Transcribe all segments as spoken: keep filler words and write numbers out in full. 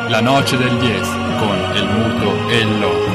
La noce del diez con el muto e il loco.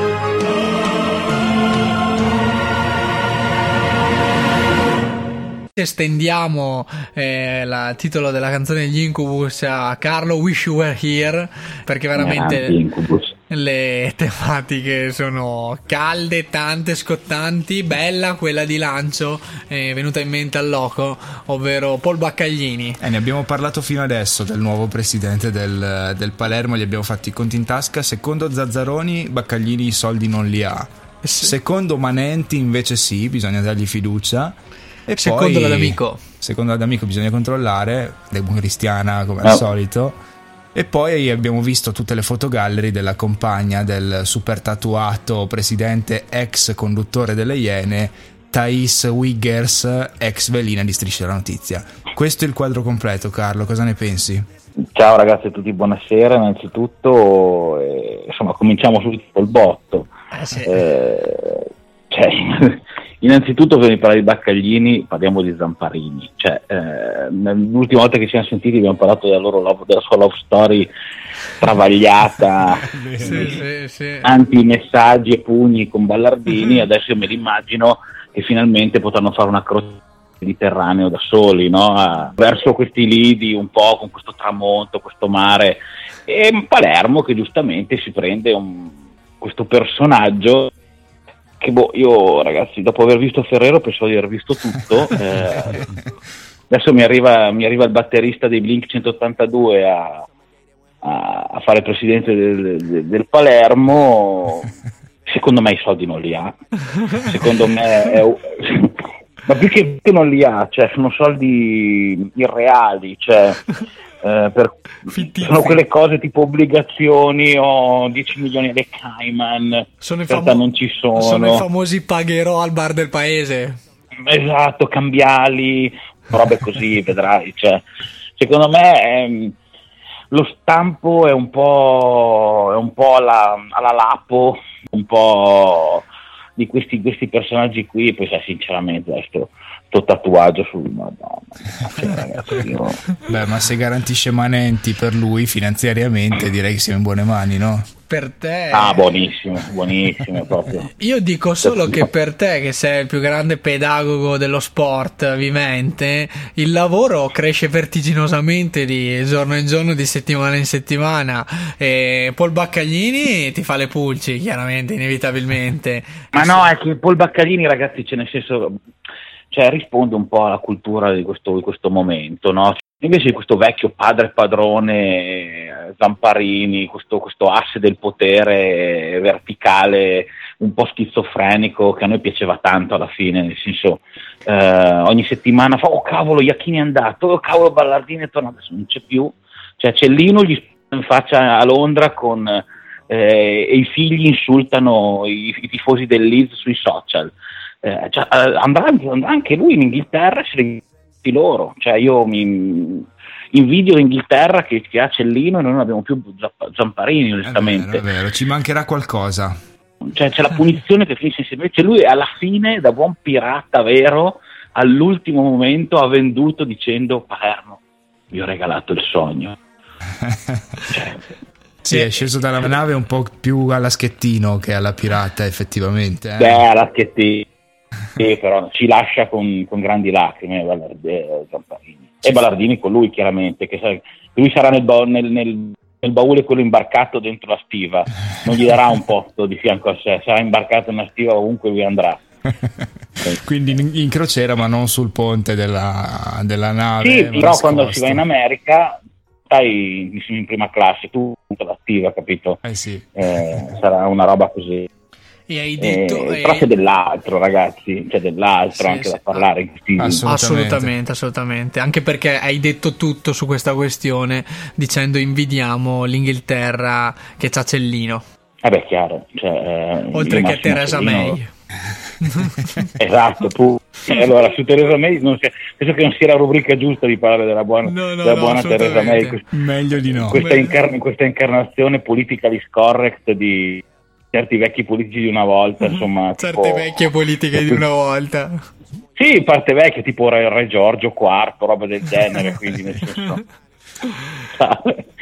Estendiamo eh, la- il titolo della canzone degli Incubus a Carlo, Wish You Were Here, perché veramente Grandi Incubus. le tematiche sono calde, tante, scottanti. Bella quella di lancio è venuta in mente al loco, ovvero Paul Baccaglini. Eh, ne abbiamo parlato fino adesso del nuovo presidente del, del Palermo, gli abbiamo fatti i conti in tasca. Secondo Zazzaroni, Baccaglini i soldi non li ha. Secondo Manenti invece sì, bisogna dargli fiducia. E Secondo poi, l'Adamico. secondo l'Adamico bisogna controllare, democristiana come al No. solito. E poi abbiamo visto tutte le fotogallery della compagna del super tatuato presidente ex conduttore delle Iene, Thais Wiggers, ex velina di Striscia la Notizia. Questo è il quadro completo, Carlo, cosa ne pensi? Ciao ragazzi a tutti, buonasera innanzitutto. Eh, insomma, cominciamo subito col botto. Eh sì. Eh, cioè, innanzitutto per parlare di Baccaglini parliamo di Zamparini. Cioè, eh, l'ultima volta che ci siamo sentiti abbiamo parlato della, loro love, della sua love story travagliata, Sì, sì, sì. anti-messaggi e pugni con Ballardini. Adesso io me li immagino che finalmente potranno fare una croce Mediterraneo da soli, no? A- verso questi lidi un po' con questo tramonto, questo mare, e Palermo che giustamente si prende un- questo personaggio che boh, io ragazzi dopo aver visto Ferrero pensavo di aver visto tutto. eh, adesso mi arriva, mi arriva il batterista dei Blink centottantadue a, a, a fare il presidente del, del- del Palermo. Secondo me i soldi non li ha, secondo me è, ma più che che non li ha, cioè sono soldi irreali, cioè eh, per, Fittizi. sono quelle cose tipo obbligazioni o dieci milioni alle Cayman, Sono i, in realtà famo- non ci sono, sono i famosi pagherò al bar del paese. esatto, cambiali, robe così, vedrai, cioè, secondo me ehm, lo stampo è un po' è un po' alla, alla Lapo, un po' di questi, questi personaggi qui, e poi sai, sinceramente questo sto tatuaggio sul Madonna, cioè, ragazzi, io- Beh, ma se garantisce Manenti per lui finanziariamente, direi che siamo in buone mani, no? Per te ah buonissimo, buonissimo proprio. io dico solo che per te, che sei il più grande pedagogo dello sport vivente, il lavoro cresce vertiginosamente di giorno in giorno, di settimana in settimana, e Paul Baccaglini ti fa le pulci, chiaramente, inevitabilmente. Ma no, è che Paul Baccaglini, ragazzi, cioè nel senso, cioè risponde un po' alla cultura di questo, di questo momento, no? Invece di questo vecchio padre padrone eh, Zamparini, questo, questo asse del potere verticale, un po' schizofrenico, che a noi piaceva tanto alla fine, nel senso, eh, ogni settimana fa, oh cavolo, Iachini è andato, oh cavolo, Ballardini è tornato, adesso non c'è più, cioè Cellino gli sta in faccia a Londra con eh, e i figli insultano i, i tifosi del Leeds sui social. Eh, cioè, eh, andrà, anche, andrà anche lui in Inghilterra e se li di loro, cioè io mi invidio l'Inghilterra che, che ha Cellino e noi non abbiamo più Zappa- Zamparini, È onestamente. vero, è vero, ci mancherà qualcosa. Cioè c'è la punizione che finisce insieme, cioè lui alla fine, da buon pirata vero, all'ultimo momento ha venduto dicendo Palermo, vi ho regalato il sogno. Cioè, Sì, è sceso dalla nave un po' più alla Schettino che alla pirata, effettivamente. Eh? beh, alla Schettino, sì, però ci lascia con, con grandi lacrime Ballard- eh, Zamparini. E Ballardini con lui, chiaramente, che sa- lui sarà nel, ba- nel, nel, nel baule quello imbarcato dentro la stiva, non gli darà un posto di fianco a sé, sarà imbarcato in una stiva ovunque lui andrà. Quindi in, in crociera, ma non sul ponte della, della nave. Sì, ma però nascosto. quando si va in America, sai, in prima classe, tu la stiva, capito? Eh sì. Eh, sarà una roba così. E hai detto Eh, e- però c'è dell'altro, ragazzi, c'è dell'altro Sì, anche sì. da parlare in questi Assolutamente. assolutamente, assolutamente, anche perché hai detto tutto su questa questione dicendo invidiamo l'Inghilterra che c'ha Cellino, Eh beh, chiaro, cioè, eh, oltre io che Massimo Theresa Cellino- May. Esatto, pu- e allora su Theresa May non si- penso che non sia la rubrica giusta di parlare della buona, No, no, della no, buona Theresa May, assolutamente. quest- Meglio di no. questa, incar- questa incarnazione politically correct di certi vecchi politici di una volta, insomma, Certe tipo- vecchie politiche di una volta. sì, parte vecchia, tipo Re, Re Giorgio quarto, roba del genere, quindi nel senso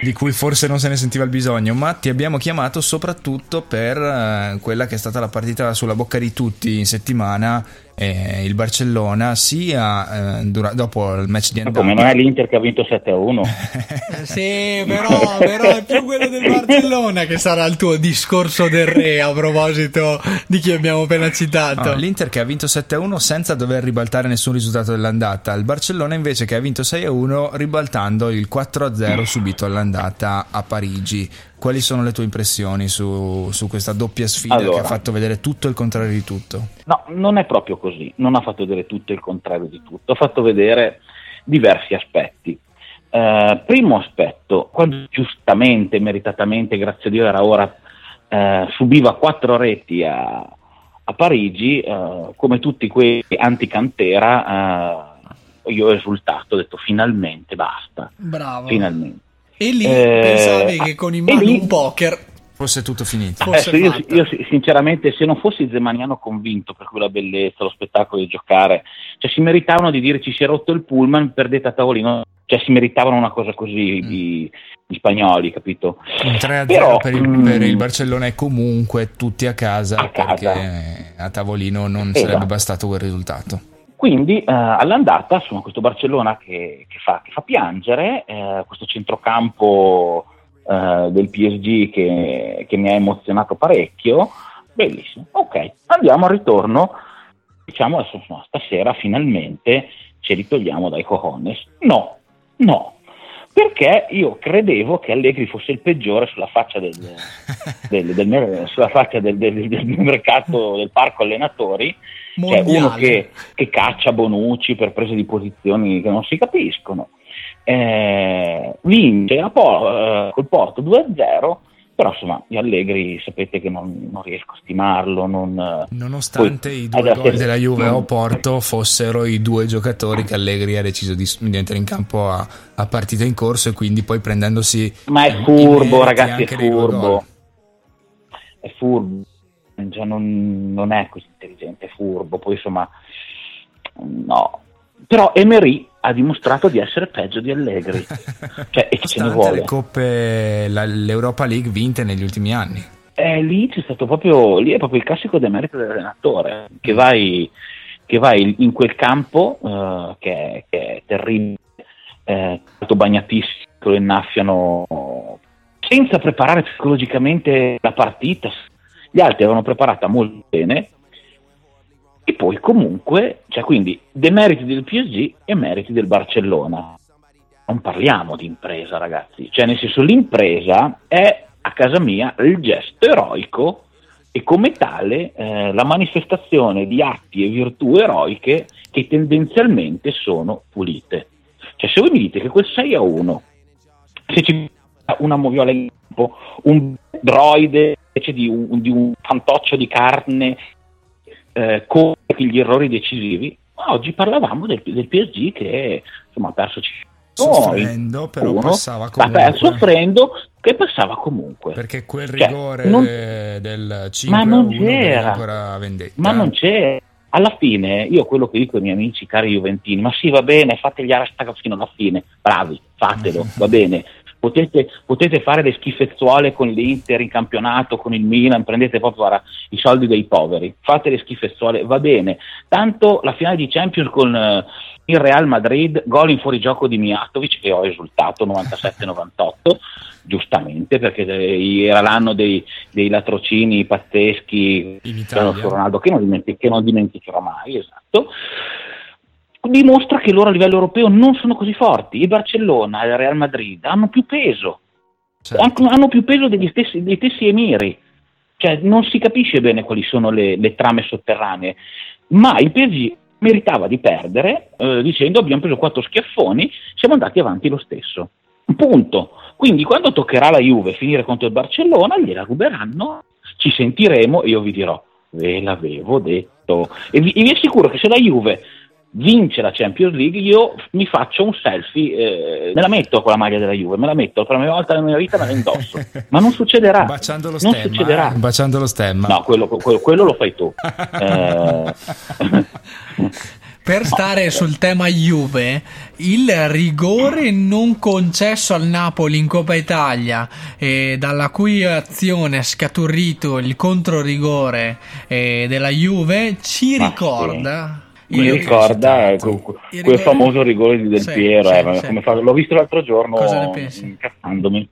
di cui forse non se ne sentiva il bisogno, ma ti abbiamo chiamato soprattutto per eh, quella che è stata la partita sulla bocca di tutti in settimana, eh, il Barcellona, sia eh, dura- dopo il match di andata. Come non è l'Inter che ha vinto sette a uno? Sì, però, però è più quello del Barcellona che sarà il tuo discorso del re a proposito di chi abbiamo appena citato. No, l'Inter che ha vinto sette a uno senza dover ribaltare nessun risultato dell'andata, il Barcellona invece che ha vinto sei a uno ribaltando il quattro a zero subito all'andata a Parigi. Quali sono le tue impressioni su, su questa doppia sfida allora, che ha fatto vedere tutto il contrario di tutto? No, non è proprio così, non ha fatto vedere tutto il contrario di tutto, ha fatto vedere diversi aspetti. Uh, primo aspetto, quando giustamente, meritatamente, grazie a Dio era ora, uh, subiva quattro reti a, a Parigi, uh, come tutti quei anticantera, uh, io ho esultato, ho detto finalmente basta. Bravo. Finalmente. E lì Eh, pensavi che con in mano lì, un poker fosse tutto finito. fosse Adesso io, fatta. io sinceramente, se non fossi zemaniano convinto per quella bellezza, lo spettacolo di giocare, cioè si meritavano di dire ci si è rotto il pullman, perdete a tavolino, cioè si meritavano una cosa così Mm. gli, gli spagnoli, capito? Un tre a zero Però, per, il, mm, per il Barcellona e comunque tutti a casa, A casa. perché a tavolino non Esatto. sarebbe bastato quel risultato. Quindi eh, all'andata, insomma, questo Barcellona che, che, fa, che fa piangere, eh, questo centrocampo eh, del P S G che, che mi ha emozionato parecchio, bellissimo. Ok, andiamo al ritorno, diciamo adesso, no, stasera finalmente ce li togliamo dai cojones. No, no, perché io credevo che Allegri fosse il peggiore sulla faccia del, del, del, del, sulla faccia del, del, del mercato del parco allenatori. Cioè mondiale. uno che, che caccia Bonucci per prese di posizioni che non si capiscono, eh, vince a po- eh, col Porto due a zero, però insomma gli Allegri sapete che non, non riesco a stimarlo, non, Nonostante poi, i due adesso- gol della Juve non- o Porto fossero i due giocatori che Allegri ha deciso di di mettere in campo a, a partita in corso, e quindi poi prendendosi ma è i furbo, meriti ragazzi, anche è dei due gol. furbo, è furbo, cioè non, non è così intelligente, è furbo, poi insomma no, però Emery ha dimostrato di essere peggio di Allegri, cioè, e ce ne Nonostante vuole. le coppe, la- l'Europa League vinte negli ultimi anni. Eh, lì c'è stato proprio, lì è proprio il classico demerito dell'allenatore, che vai, che vai in quel campo eh, che, è, che è terribile, eh, tutto bagnatissimo, lo innaffiano senza preparare psicologicamente la partita. Gli altri avevano preparata molto bene, e poi comunque, cioè quindi demeriti del P S G e meriti del Barcellona. Non parliamo di impresa, ragazzi, cioè nel senso l'impresa è a casa mia il gesto eroico e come tale eh, la manifestazione di atti e virtù eroiche che tendenzialmente sono pulite. Cioè se voi mi dite che quel sei a uno, se ci una moviola in campo, un droide invece di un, di un fantoccio di carne eh, con gli errori decisivi, oggi parlavamo del, del P S G che insomma ha perso soffrendo, però uno, passava sta comunque, soffrendo che passava comunque, perché quel cioè, rigore non, del cinque ma a non uno c'era ancora vendetta. ma non c'è. Alla fine io quello che dico ai miei amici cari juventini, ma sì, va bene, fate gli hashtag fino alla fine, bravi, fatelo, va bene. Potete, potete fare le schifezzuole con l'Inter in campionato, con il Milan, prendete proprio guarda, i soldi dei poveri, fate le schifezzuole, va bene. Tanto la finale di Champions con uh, il Real Madrid, gol in fuorigioco di Mijatovic, e ho esultato novantasette novantotto, giustamente, perché era l'anno dei, dei latrocini pazzeschi in Italia, su Ronaldo, che non, dimentic- che non dimenticherò mai, esatto. Dimostra che loro a livello europeo non sono così forti. Il Barcellona e il Real Madrid hanno più peso, certo. hanno, hanno più peso degli stessi, dei stessi emiri, cioè non si capisce bene quali sono le, le trame sotterranee, ma il P S G meritava di perdere eh, dicendo abbiamo preso quattro schiaffoni, siamo andati avanti lo stesso, punto. Quindi quando toccherà la Juve finire contro il Barcellona gliela ruberanno, ci sentiremo e io vi dirò ve l'avevo detto, e vi, e vi assicuro che se la Juve vince la Champions League io mi faccio un selfie, eh, me la metto con la maglia della Juve, me la metto per la prima volta nella mia vita, me la indosso, ma non succederà, baciando lo non stemma, succederà. Eh? Baciando lo stemma. No, quello, quello, quello lo fai tu. eh, Per stare sul tema Juve, il rigore non concesso al Napoli in Coppa Italia, eh, dalla cui azione è scaturito il controrigore eh, della Juve, ci Ma ricorda... sì. Mi ricorda quel, quel famoso rigore di Del sì, Piero, sì, eh, sì. come fa, l'ho visto l'altro giorno incazzandomi.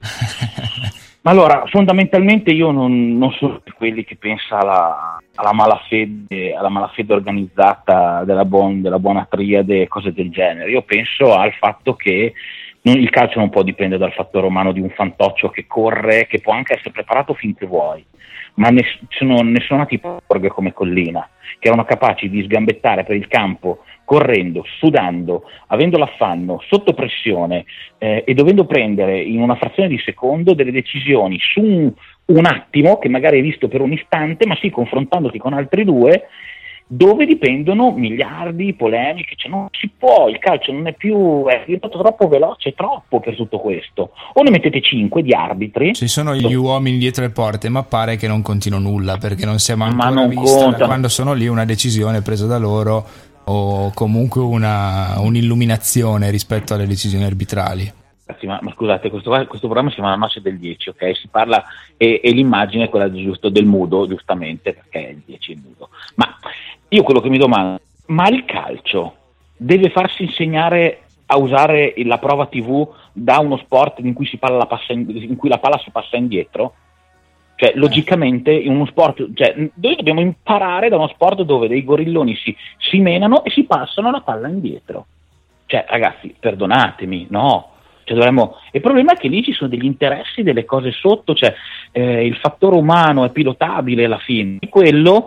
Ma allora, fondamentalmente io non, non sono di quelli che pensa alla, alla malafede, alla malafede organizzata della, buon, della buona triade e cose del genere. Io penso al fatto che non, il calcio non può dipendere dal fattore umano di un fantoccio che corre, che può anche essere preparato finché vuoi, ma ne sono, ne sono nati porghe come Collina, che erano capaci di sgambettare per il campo correndo, sudando, avendo l'affanno, sotto pressione eh, e dovendo prendere in una frazione di secondo delle decisioni su un, un attimo che magari hai visto per un istante, ma sì, confrontandoti con altri due, dove dipendono miliardi, polemiche, cioè non si può, il calcio non è più, è diventato troppo veloce, troppo per tutto questo. O ne mettete cinque di arbitri. Ci sono gli uomini dietro le porte, ma pare che non contino nulla, perché non siamo ancora non vista conta. da quando sono lì una decisione presa da loro o comunque una, un'illuminazione rispetto alle decisioni arbitrali. Ma, ma scusate, questo, questo programma si chiama La Noce del dieci, ok? Si parla, e, e l'immagine è quella giusto del mudo, giustamente, perché è il dieci il mudo. Ma io quello che mi domando, ma il calcio deve farsi insegnare a usare la prova tivù da uno sport in cui, si palla la, passa in, in cui la palla si passa indietro? Cioè, logicamente, in uno sport, cioè, noi dobbiamo imparare da uno sport dove dei gorilloni si, si menano e si passano la palla indietro. Cioè, ragazzi, perdonatemi, no. Cioè, dovremmo... Il problema è che lì ci sono degli interessi, delle cose sotto, cioè eh, il fattore umano è pilotabile alla fine. Quello,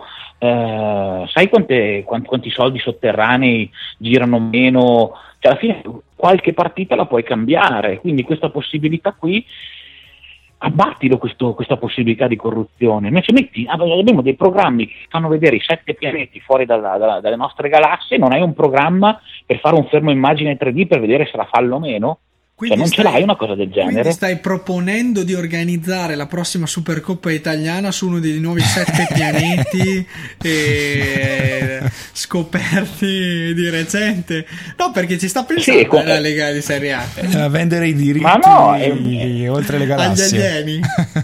eh, sai quante, quanti, quanti soldi sotterranei girano meno? Cioè, alla fine qualche partita la puoi cambiare, quindi questa possibilità qui, abbattilo questo, questa possibilità di corruzione. Invece metti, abbiamo dei programmi che fanno vedere i sette pianeti fuori dalla, dalla, dalle nostre galassie, non hai un programma per fare un fermo immagine tre D per vedere se la fallo o meno? Quindi cioè non stai, ce l'hai una cosa del genere? Quindi stai proponendo di organizzare la prossima Supercoppa italiana su uno dei nuovi sette pianeti e scoperti di recente? No, perché ci sta pensando sì, la Lega di Serie A. A vendere i diritti Ma no, è... oltre le galassie. Agli alieni.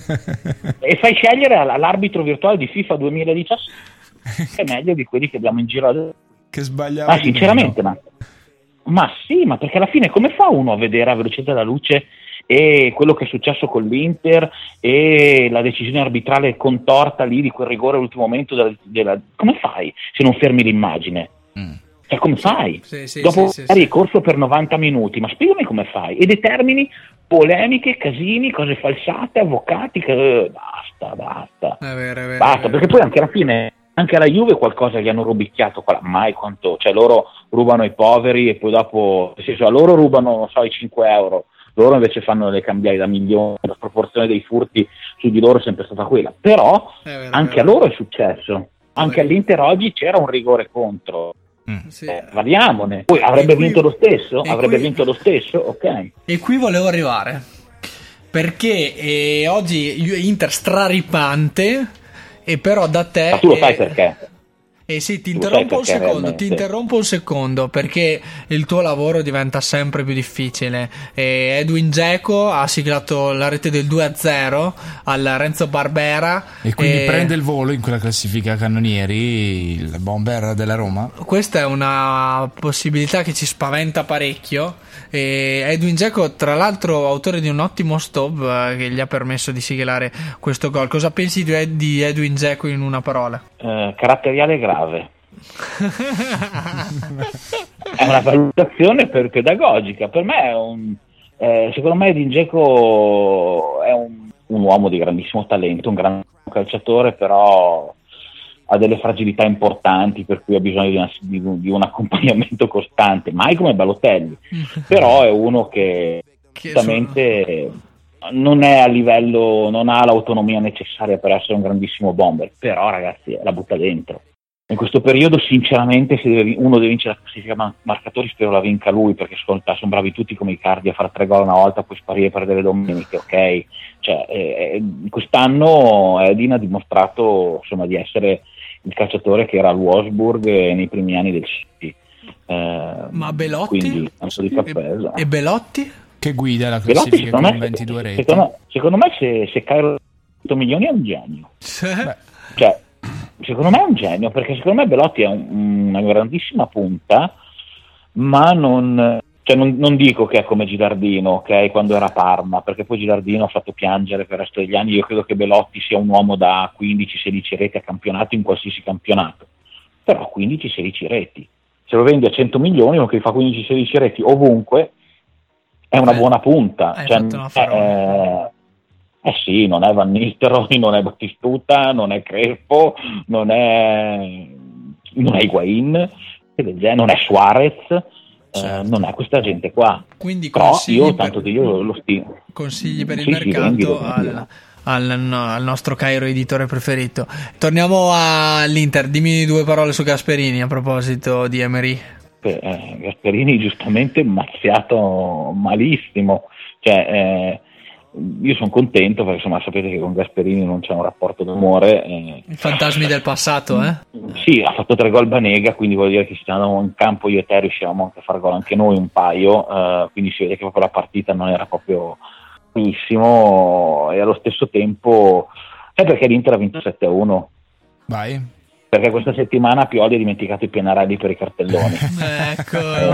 E fai scegliere l'arbitro virtuale di FIFA duemiladiciassette che è meglio di quelli che abbiamo in giro adesso. Che sbagliava. Ma sinceramente, ma... Ma sì, ma perché alla fine come fa uno a vedere a velocità della luce e quello che è successo con l'Inter e la decisione arbitrale contorta lì di quel rigore all'ultimo momento della, della... come fai se non fermi l'immagine? Mm. Cioè come fai? Sì, sì, dopo sì, sì, sì. corso per novanta minuti, ma spiegami come fai e determini polemiche, casini, cose falsate, avvocati che... basta, basta è vero, è vero, basta, è vero. Perché poi anche alla fine anche alla Juve qualcosa gli hanno rubicchiato, mai quanto, cioè loro rubano i poveri e poi dopo, nel senso, a loro rubano, non so, i cinque euro, loro invece fanno le cambiali da milioni, la proporzione dei furti su di loro è sempre stata quella, però vero, anche a loro è successo, anche all'Inter oggi c'era un rigore contro. Mm. Sì. Eh, parliamone, poi avrebbe qui, vinto lo stesso, avrebbe qui, vinto lo stesso, ok. E qui volevo arrivare, perché eh, oggi Inter straripante. E però da te... Ma tu lo sai eh, perché? Eh sì, ti interrompo un secondo, realmente. ti interrompo un secondo perché il tuo lavoro diventa sempre più difficile. Eh, Edwin Dzeko ha siglato la rete del due a zero al Renzo Barbera. E quindi eh, prende il volo in quella classifica cannonieri, il bomber della Roma? Questa è una possibilità che ci spaventa parecchio. E Edwin Dzeko, tra l'altro, autore di un ottimo stop eh, che gli ha permesso di siglare questo gol. Cosa pensi di, di Edwin Dzeko in una parola? Eh, caratteriale grave. È una valutazione per, pedagogica. Per me è un eh, secondo me Edwin Dzeko è un, un uomo di grandissimo talento, un gran calciatore, però ha delle fragilità importanti per cui ha bisogno di, una, di, un, di un accompagnamento costante, mai come Balotelli, però è uno che giustamente non è a livello, non ha l'autonomia necessaria per essere un grandissimo bomber, però ragazzi la butta dentro. In questo periodo sinceramente se deve, uno deve vincere la classifica marcatori, spero la vinca lui, perché ascolta, sono bravi tutti come i Cardi a fare tre gol una volta, poi sparire e perdere domeniche, ok? Cioè, eh, quest'anno Edin ha dimostrato insomma di essere il calciatore che era al Wolfsburg nei primi anni del City. Eh, Ma Belotti? Quindi, tanto di cappello. E Belotti? Che guida la Belotti, classifica secondo con me, ventidue reti. secondo, secondo me se, se Cairo cento milioni è un genio. Beh. Cioè, secondo me è un genio, perché secondo me Belotti è un, una grandissima punta, ma non, cioè non, non dico che è come Gilardino, ok, quando era a Parma, perché poi Gilardino ha fatto piangere per il resto degli anni. Io credo che Belotti sia un uomo da quindici sedici reti a campionato in qualsiasi campionato, però quindici sedici reti, se lo vendi a cento milioni o che fa quindici sedici reti ovunque, è una Eh, buona punta. hai Cioè, fatto una eh, parola. eh sì, non è Van Nistelrooy, non è Battistuta, non è Crespo, non è, non è Higuain, non è Suarez, Certo. eh, non è questa gente qua. Quindi Però consigli io per- tanto di io lo stimo. Consigli per il Sì, sì, mercato vendilo, al, vendilo. al- no, al nostro Cairo editore preferito. Torniamo all'Inter, dimmi due parole su Gasperini a proposito di Emery. Eh, Gasperini giustamente mazziato malissimo, cioè eh, io sono contento perché insomma sapete che con Gasperini non c'è un rapporto d'amore. Eh. I fantasmi del passato, eh? Sì, ha fatto tre gol Banega, quindi vuol dire che se andavamo in campo io e te riuscivamo anche a fare gol anche noi un paio, eh, quindi si vede che proprio la partita non era proprio benissimo, e allo stesso tempo sai perché l'Inter ha vinto sette a uno? Vai. Perché questa settimana Pioli ha dimenticato i pennarelli per i cartelloni. Ecco,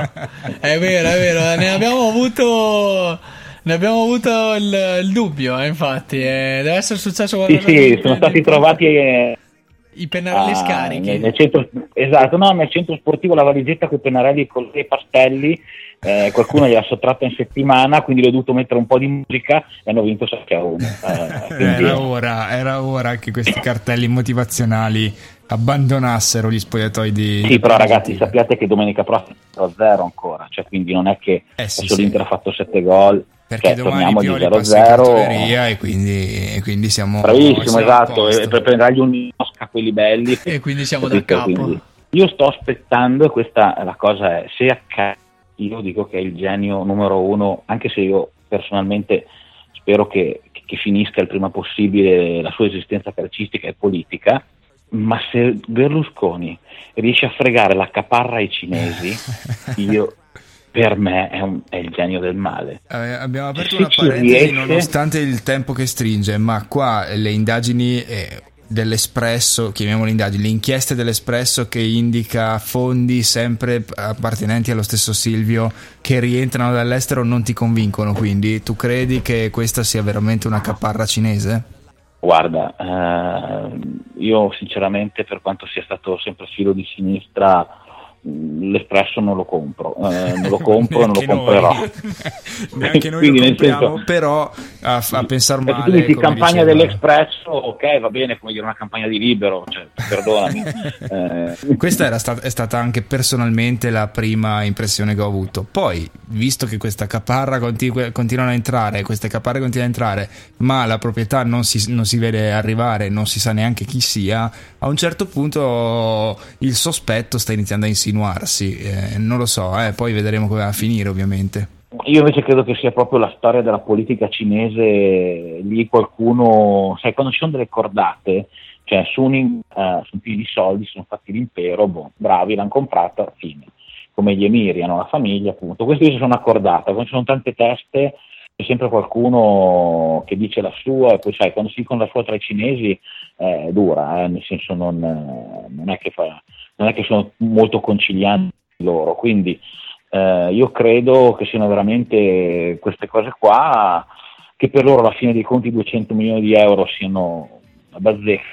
è vero, è vero, ne abbiamo avuto, ne abbiamo avuto il, il dubbio, eh, infatti, eh, deve essere successo Sì, qualcosa sì, di- sono di- stati trovati eh, i pennarelli ah, scarichi. nel, nel centro, esatto, no, nel centro sportivo la valigetta con i pennarelli con i pastelli, eh, qualcuno gliel'ha sottratta in settimana, quindi gli ho dovuto mettere un po' di musica e hanno vinto sette a uno. Eh, quindi- Era ora, era ora che questi cartelli motivazionali abbandonassero gli spogliatoi di... Sì, però ragazzi, Gentile. sappiate che domenica prossima è zero a zero ancora, cioè quindi non è che Eh sì, adesso sì. l'Inter ha fatto sette gol, Perché cioè, domani torniamo di Pioli zero a passa in zero. cartoleria e quindi, e quindi siamo... Bravissimo, siamo a esatto, posto. e per prendergli un Oscar a quelli belli. E quindi siamo da Capito? capo. Quindi io sto aspettando, e questa è la cosa, è se accade, io dico che è il genio numero uno, anche se io personalmente spero che, che, che finisca il prima possibile la sua esistenza calcistica e politica, ma se Berlusconi riesce a fregare la caparra ai cinesi, io, per me è, un, è il genio del male. Eh, abbiamo aperto Se una ci parentesi riesce- nonostante il tempo che stringe, ma qua le indagini eh, dell'Espresso, chiamiamole indagini, le inchieste dell'Espresso che indica fondi sempre appartenenti allo stesso Silvio che rientrano dall'estero non ti convincono, quindi tu credi che questa sia veramente una caparra cinese? Guarda, eh, io sinceramente, per quanto sia stato sempre filo di sinistra, mh, l'Espresso non lo compro, eh, non lo compro e non lo Neanche noi. comprerò. Neanche noi Quindi, lo nel compriamo, senso- però a, a pensare Perché male, tu dici come campagna diceva- dell'Espresso, ok, va bene, come dire una campagna di Libero, cioè, perdonami. Eh, Questa era stata, è stata anche personalmente la prima impressione che ho avuto. Poi, visto che questa caparra continu- continuano a entrare, queste caparre continuano a entrare, ma la proprietà non si, non si vede arrivare, non si sa neanche chi sia, a un certo punto il sospetto sta iniziando a insinuarsi. Eh, non lo so, eh, poi vedremo come va a finire, ovviamente. Io invece credo che sia proprio la storia della politica cinese, lì qualcuno, sai, quando ci sono delle cordate, cioè su un, eh, su un più di soldi, sono fatti l'impero, boh, bravi, l'hanno comprata, fine. Come gli emiri hanno la famiglia, appunto. Questi si sono accordati, quando ci sono tante teste c'è sempre qualcuno che dice la sua, e poi sai, quando si dicono la sua tra i cinesi è dura, eh, nel senso non, non, è che fa, non è che sono molto concilianti loro, quindi eh, io credo che siano veramente queste cose qua, che per loro alla fine dei conti duecento milioni di euro siano una bazzecca,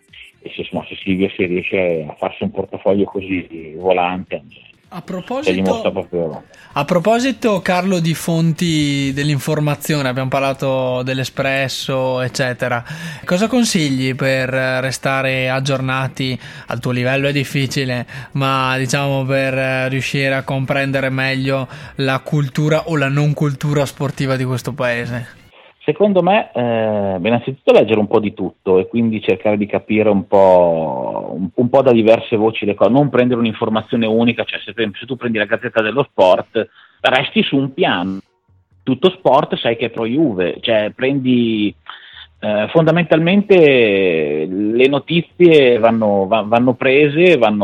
e se, insomma, se Silvia si riesce a farsi un portafoglio così volante, A cioè, dimostra proposito, proprio... a proposito, Carlo, di fonti dell'informazione, abbiamo parlato dell'Espresso, eccetera. Cosa consigli per restare aggiornati? Al tuo livello è difficile, ma diciamo per riuscire a comprendere meglio la cultura o la non cultura sportiva di questo paese? Secondo me, eh, beh, innanzitutto leggere un po' di tutto e quindi cercare di capire un po', un, un po' da diverse voci le cose, non prendere un'informazione unica, cioè se, se tu prendi la Gazzetta dello Sport resti su un piano, tutto sport sai che è pro Juve, cioè prendi eh, fondamentalmente le notizie vanno, va, vanno prese, vanno, vanno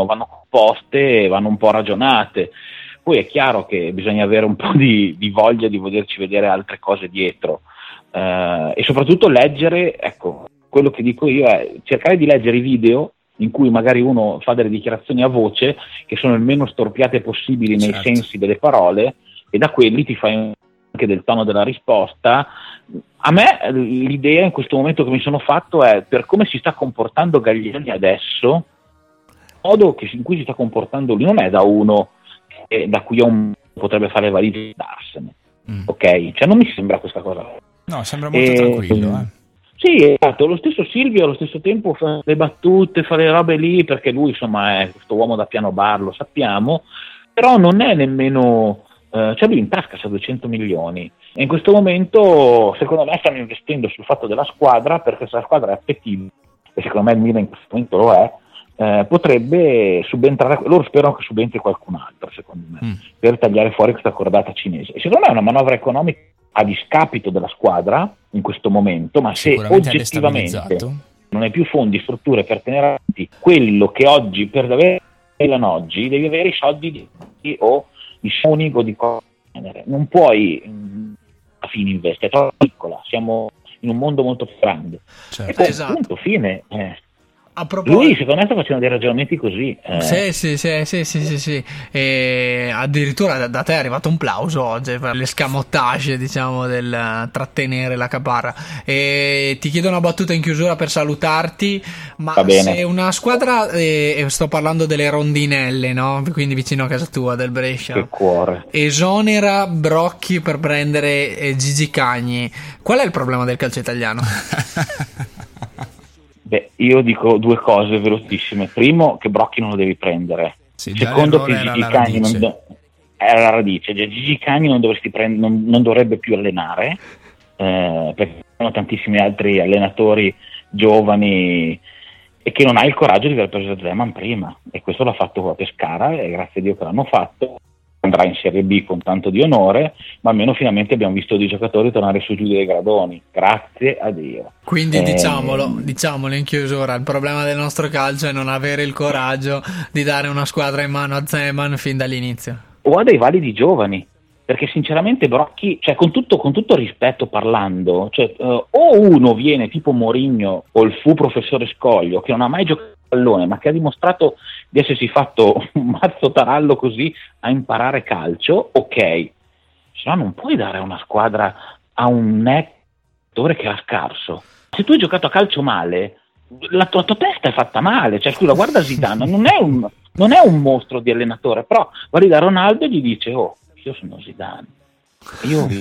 poste vanno un po' ragionate. Poi è chiaro che bisogna avere un po' di, di voglia di volerci vedere altre cose dietro, eh, e soprattutto leggere, ecco, quello che dico io è cercare di leggere i video in cui magari uno fa delle dichiarazioni a voce che sono il meno storpiate possibili nei certo. sensi delle parole, e da quelli ti fai anche del tono della risposta. A me l'idea in questo momento che mi sono fatto è, per come si sta comportando Galliani adesso, il modo che, in cui si sta comportando lui non è da uno e da cui a un potrebbe fare le valigie e darsene, mm. ok? Cioè non mi sembra questa cosa. No, sembra molto e, tranquillo, eh. Sì, esatto, lo stesso Silvio allo stesso tempo fa le battute, fa le robe lì, perché lui insomma è questo uomo da piano bar, lo sappiamo, però non è nemmeno, eh, cioè lui in tasca c'ha duecento milioni, e in questo momento secondo me stanno investendo sul fatto della squadra, perché se la squadra è appetibile, e secondo me il Milan in questo momento lo è, Eh, potrebbe subentrare, loro sperano che subentri qualcun altro secondo me, mm. per tagliare fuori questa cordata cinese, e secondo me è una manovra economica a discapito della squadra in questo momento, ma se oggettivamente non hai più fondi, strutture per tenere avanti quello che oggi, per avere Milan oggi, devi avere i soldi di, di, o di Sony o di cosa del genere, non puoi mh, a fine investe, è troppo piccola, siamo in un mondo molto più grande, certo. E poi esatto. Punto, fine, eh. A proposito... Lui secondo me sta facendo dei ragionamenti così, eh. sì sì sì sì sì sì, sì. E addirittura da, da te è arrivato un plauso oggi per l'escamotage, diciamo, del trattenere la caparra. E ti chiedo una battuta in chiusura per salutarti, ma se una squadra, e eh, sto parlando delle rondinelle, no? Quindi vicino a casa tua, del Brescia, che cuore, esonera Brocchi per prendere eh, Gigi Cagni, qual è il problema del calcio italiano? Beh, io dico due cose velocissime. Primo, che Brocchi non lo devi prendere. Sì, secondo, che Gigi Cagni non do- era la radice. Gigi Cagni non, dovresti prend- non, non dovrebbe più allenare, eh, perché ci sono tantissimi altri allenatori giovani, e che non ha il coraggio di aver preso Zeman prima, e questo l'ha fatto a Pescara, e grazie a Dio che l'hanno fatto. Andrà in Serie B con tanto di onore, ma almeno finalmente abbiamo visto dei giocatori tornare su giù dei gradoni, grazie a Dio. Quindi eh, diciamolo, diciamolo in chiusura, il problema del nostro calcio è non avere il coraggio di dare una squadra in mano a Zeman fin dall'inizio. O a dei validi giovani, perché sinceramente Brocchi, cioè con tutto, con tutto rispetto parlando, cioè, uh, o uno viene tipo Mourinho o il fu professore Scoglio, che non ha mai giocato pallone, ma che ha dimostrato di essersi fatto un mazzo tarallo così a imparare calcio, ok, se no non puoi dare una squadra a un attore che era scarso. Se tu hai giocato a calcio male, la tua, la tua testa è fatta male, cioè scusa, guarda Zidane, non è un, non è un mostro di allenatore, però guardi da Ronaldo e gli dice, oh, io sono Zidane, io vi...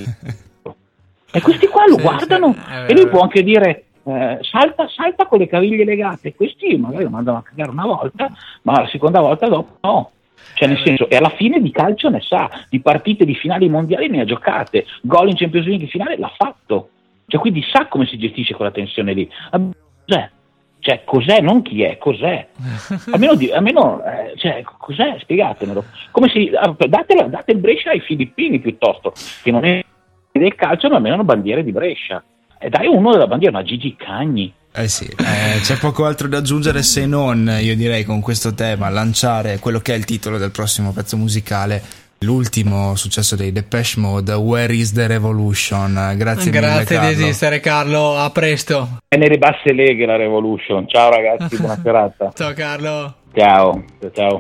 e questi qua lo sì, guardano sì, e lui può anche dire Eh, salta, salta con le caviglie legate, questi magari lo mandano a cagare una volta, ma la seconda volta dopo no, cioè nel senso, e alla fine di calcio ne sa, di partite di finali mondiali ne ha giocate, gol in Champions League finale l'ha fatto, cioè quindi sa come si gestisce quella tensione lì. Cos'è? Cioè cos'è, non chi è, cos'è? Almeno, di, almeno eh, cioè, cos'è? Spiegatemelo. Come si, datela, date il Brescia ai filippini piuttosto, che non è del calcio, ma almeno hanno bandiere di Brescia. E dai uno della bandiera, ma Gigi Cagni. Eh sì, eh, c'è poco altro da aggiungere, se non, io direi, con questo tema lanciare quello che è il titolo del prossimo pezzo musicale, l'ultimo successo dei Depeche Mode, Where is the Revolution. Grazie, grazie mille, di esistere, Carlo, a presto. È nelle basse leghe la Revolution. Ciao ragazzi, buona serata. Ciao Carlo. Ciao, ciao.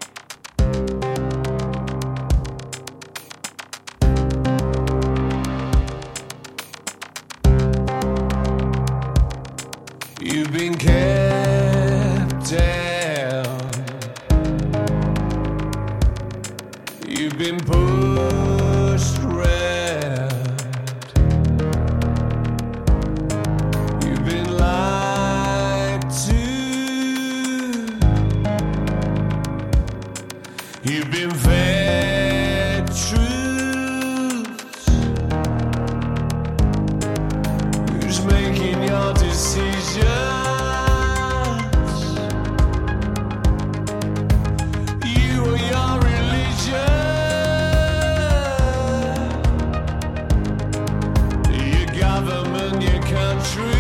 You've been kept down. You've been pushed around. You've been lied to. You've been fed truths. Who's making your decisions? You or your religion? Your government, your country?